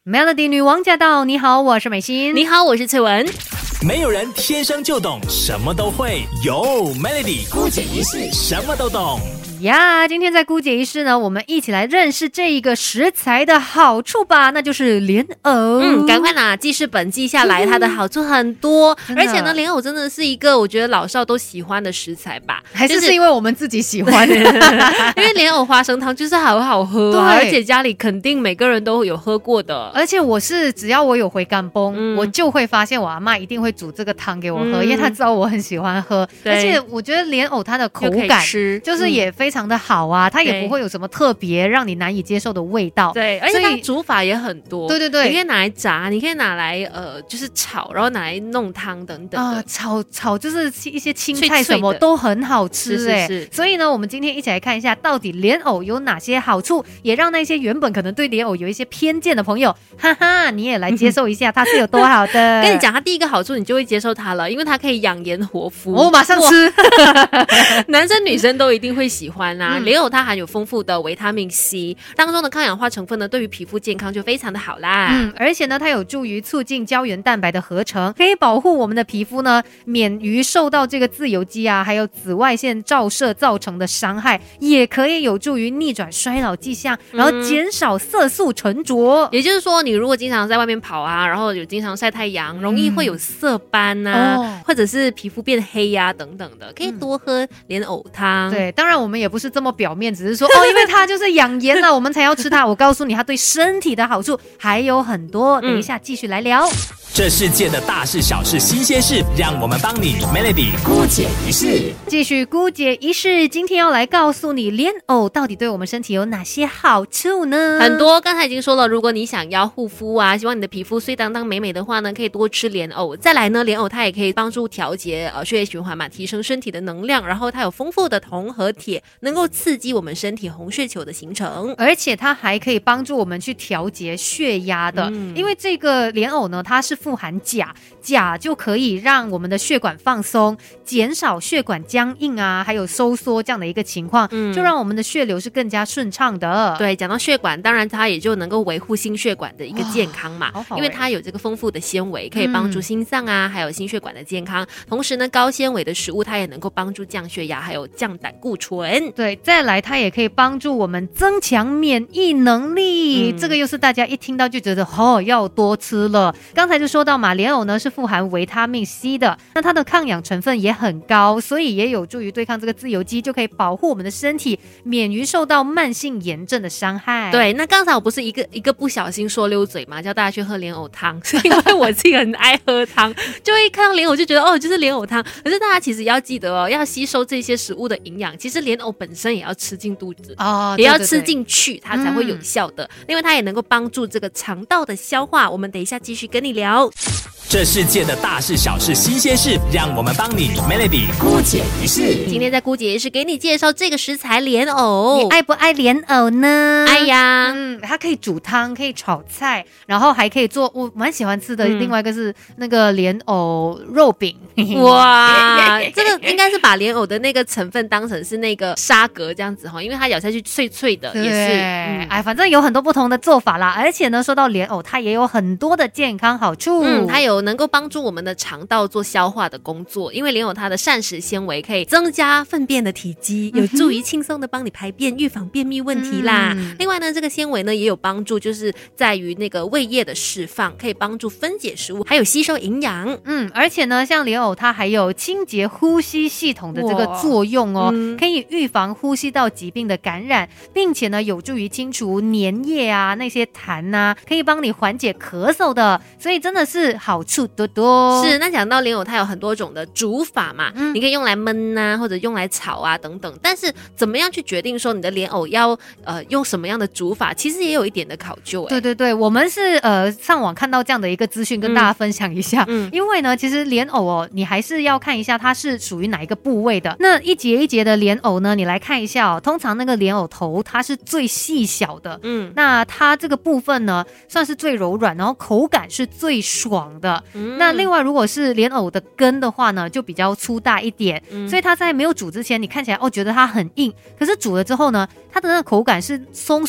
Melody 女王驾到！你好，我是美心。 你好，我是翠文。 没有人天生就懂什么都会，有 Melody 姑姐一世什么都懂呀。今天在姑姐一世呢，我们一起来认识这一个食材的好处吧，那就是莲藕。 赶快拿记事本记下来，它的好处很多。而且呢，莲藕真的是一个我觉得老少都喜欢的食材吧？ 还是因为我们自己喜欢？ 因为莲藕花生汤就是好好喝啊，而且家里肯定每个人都有喝过的。 而且我是只要我有回甘崩，我就会发现我阿嬷一定会煮这个汤给我喝，因为她知道我很喜欢喝。而且我觉得莲藕它的口感就是也非常的好啊，它也不会有什么特别让你难以接受的味道。 对，而且它煮法也很多。 对对对， 你可以拿来炸，你可以拿来就是炒，然后拿来弄汤等等的。 炒就是一些青菜什么都很好吃是。所以呢，我们今天一起来看一下，到底莲藕有哪些好处，也让那些原本可能对莲藕有一些偏见的朋友，哈哈，你也来接受一下它是有多好的。 跟你讲，它第一个好处你就会接受它了，因为它可以养颜活肤。 我马上吃。 男生女生都一定会喜欢啊。莲藕它含有丰富的维他命 C， 当中的抗氧化成分呢，对于皮肤健康就非常的好啦。 而且呢，它有助于促进胶原蛋白的合成，可以保护我们的皮肤呢，免于受到这个自由基啊，还有紫外线照射造成的伤害，也可以有助于逆转衰老迹象，然后减少色素沉着。 也就是说，你如果经常在外面跑啊，然后有经常晒太阳，容易会有色斑啊，或者是皮肤变黑啊等等的，可以多喝莲藕汤。 对，当然我们也不是这么表面，只是说因为它就是养颜啊，我们才要吃它。我告诉你，它对身体的好处还有很多，等一下继续来聊。 这世界的大事小事新鲜事，让我们帮你 Melody 姑姐一世。 继续姑姐一世，今天要来告诉你莲藕到底对我们身体有哪些好处呢？ 很多，刚才已经说了，如果你想要护肤啊，希望你的皮肤碎当当美美的话呢，可以多吃莲藕。再来呢，莲藕它也可以帮助调节血液循环嘛，提升身体的能量，然后它有丰富的铜和铁，能够刺激我们身体红血球的形成， 而且它还可以帮助我们去调节血压的。因为这个莲藕呢，它是富含钾就可以让我们的血管放松，减少血管僵硬啊，还有收缩这样的一个情况，就让我们的血流是更加顺畅的。 对，讲到血管，当然它也就能够维护心血管的一个健康嘛，因为它有这个丰富的纤维，可以帮助心脏啊，还有心血管的健康。同时呢，高纤维的食物它也能够帮助降血压，还有降胆固醇。 对，再来它也可以帮助我们增强免疫能力，这个又是大家一听到就觉得要多吃了。刚才就说到嘛，莲藕呢是富含维他命 C 的，那它的抗氧成分也很高，所以也有助于对抗这个自由基，就可以保护我们的身体免于受到慢性炎症的伤害。 对，那刚才我不是一个不小心说溜嘴嘛，叫大家去喝莲藕汤，是因为我自己很爱喝汤，就一看到莲藕就觉得就是莲藕汤。可是大家其实要记得要吸收这些食物的营养，其实莲藕本身也要吃进肚子也要吃进去，它才会有效的。另外它也能够帮助这个肠道的消化。我们等一下继续跟你聊。 这世界的大事小事新鲜事，让我们帮你 Melody 姑姐一世。 今天在姑姐也是给你介绍这个食材莲藕。 你爱不爱莲藕呢？ 爱呀。 它可以煮汤，可以炒菜，然后还可以做我蛮喜欢吃的另外一个是那个莲藕肉饼。 哇，这个应该是把莲藕的那个成分当成是那个沙格这样子，因为它咬下去脆脆的，也是反正有很多不同的做法啦。而且呢，说到莲藕，它也有很多的健康好处。 它有能够帮助我们的肠道做消化的工作，因为莲藕它的膳食纤维可以增加粪便的体积，有助于轻松的帮你排便，预防便秘问题啦。另外呢，这个纤维呢也有帮助，就是在于那个胃液的释放，可以帮助分解食物，还有吸收营养。 而且呢，像莲藕它还有清洁呼吸系统的这个作用可以预防呼吸道疾病的感染，并且呢有助于清除粘液啊那些痰啊，可以帮你缓解咳嗽的，所以真的是好处多多。 是，那讲到莲藕它有很多种的煮法嘛，你可以用来焖啊，或者用来炒啊等等，但是怎么样去决定说你的莲藕要用什么样的煮法，其实也有一点的考究。 对，我们是上网看到这样的一个资讯跟大家分享一下。因为呢其实莲藕你还是要看一下它是属于哪一个部位的。那一节一节的莲藕呢，你来看一下通常那个莲藕头它是最细小的，那它这个部分呢算是最柔软，然后口感是最爽的。那另外如果是莲藕的根的话呢，就比较粗大一点，所以它在没有煮之前你看起来觉得它很硬，可是煮了之后呢，它的那个口感是松松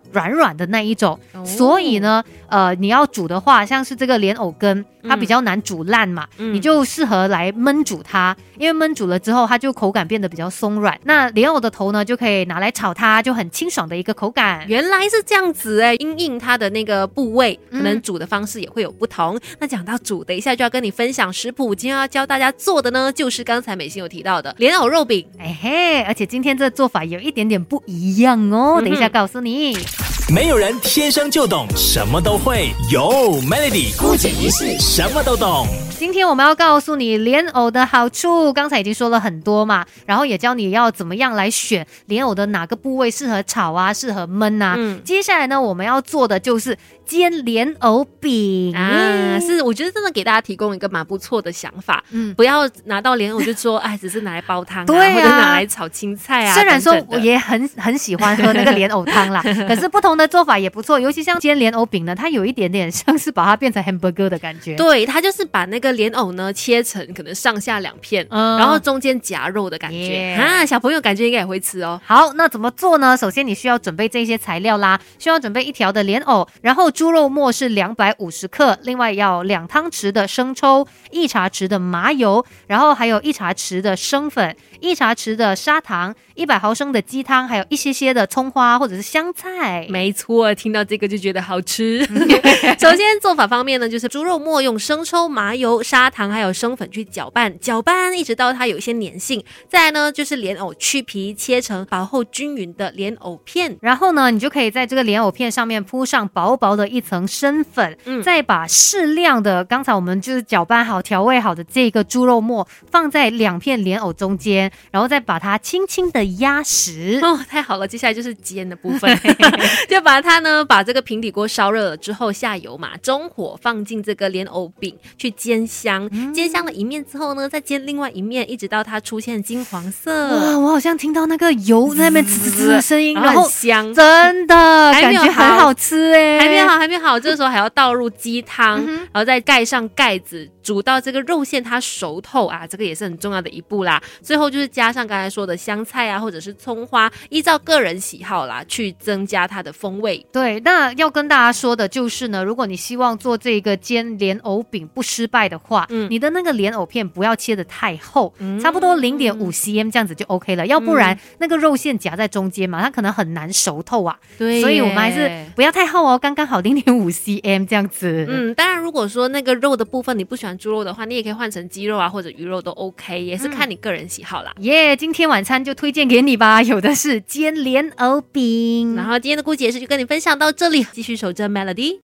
软软的那一种，所以呢你要煮的话，像是这个莲藕根它比较难煮烂嘛，你就适合来焖煮它，因为焖煮了之后它就口感变得比较松软。那莲藕的头呢就可以拿来炒它，就很清爽的一个口感。 原来是这样子因应它的那个部位可能煮的方式也会有不同。那讲到煮，等一下就要跟你分享食谱，今天要教大家做的呢就是刚才美心有提到的莲藕肉饼。 而且今天这做法有一点点不一样哦，等一下告诉你。 没有人天生就懂什么都会，有 Melody 姑姐仪式什么都懂。 今天我们要告诉你莲藕的好处，刚才已经说了很多嘛，然后也教你要怎么样来选莲藕的哪个部位适合炒啊，适合焖啊。接下来呢，我们要做的就是煎莲藕饼啊，是我觉得真的给大家提供一个蛮不错的想法。不要拿到莲藕就说只是拿来煲汤对或者拿来炒青菜啊。 虽然说我也很喜欢喝那个莲藕汤啦，可是不同的做法也不错，尤其像煎莲藕饼呢，它有一点点像是把它变成 hamburger 的感觉。 对，它就是把那个莲藕呢切成可能上下2片，然后中间夹肉的感觉小朋友感觉应该也会吃哦。 好，那怎么做呢？首先你需要准备这些材料啦，需要准备1条的莲藕，然后猪肉末是250克，另外要2汤匙的生抽，1茶匙的麻油，然后还有1茶匙的生粉，1茶匙的砂糖，100毫升的鸡汤，还有一些的葱花或者是香菜。 没错，听到这个就觉得好吃。首先做法方面呢，就是猪肉末用生抽、麻油、砂糖还有生粉去搅拌一直到它有一些粘性。再来呢，就是莲藕去皮切成薄厚均匀的莲藕片， 然后呢，你就可以在这个莲藕片上面铺上薄薄的一层生粉，再把适量的刚才我们就是搅拌好调味好的这个猪肉末放在2片莲藕中间，然后再把它轻轻的压实。 太好了，接下来就是煎的部分。就把它呢，把这个平底锅烧热了之后下油嘛，中火放进这个莲藕饼去煎香，煎香了一面之后呢，再煎另外一面，一直到它出现金黄色。 哇，我好像听到那个油在那边滋滋的声音，然后很香， 真的感觉很好吃还没好，这个时候还要倒入鸡汤，然后再盖上盖子，煮到这个肉馅它熟透啊，这个也是很重要的一步啦。最后就是加上刚才说的香菜啊，或者是葱花，依照个人喜好啦，去增加它的风味。 对，那要跟大家说的就是呢，如果你希望做这个煎莲藕饼不失败的话，你的那个莲藕片不要切得太厚，差不多0.5 cm 这样子就 OK 了，要不然那个肉馅夹在中间嘛，它可能很难熟透啊。 对， 所以我们还是不要太厚哦，刚刚好0.5 cm 这样子。 当然如果说那个肉的部分你不喜欢猪肉的话，你也可以换成鸡肉啊或者鱼肉都 OK， 也是看你个人喜好啦。 今天晚餐就推荐给你吧，有的是煎莲藕饼。 然后今天的姑姐是就跟你分享到这里，继续守着 Melody。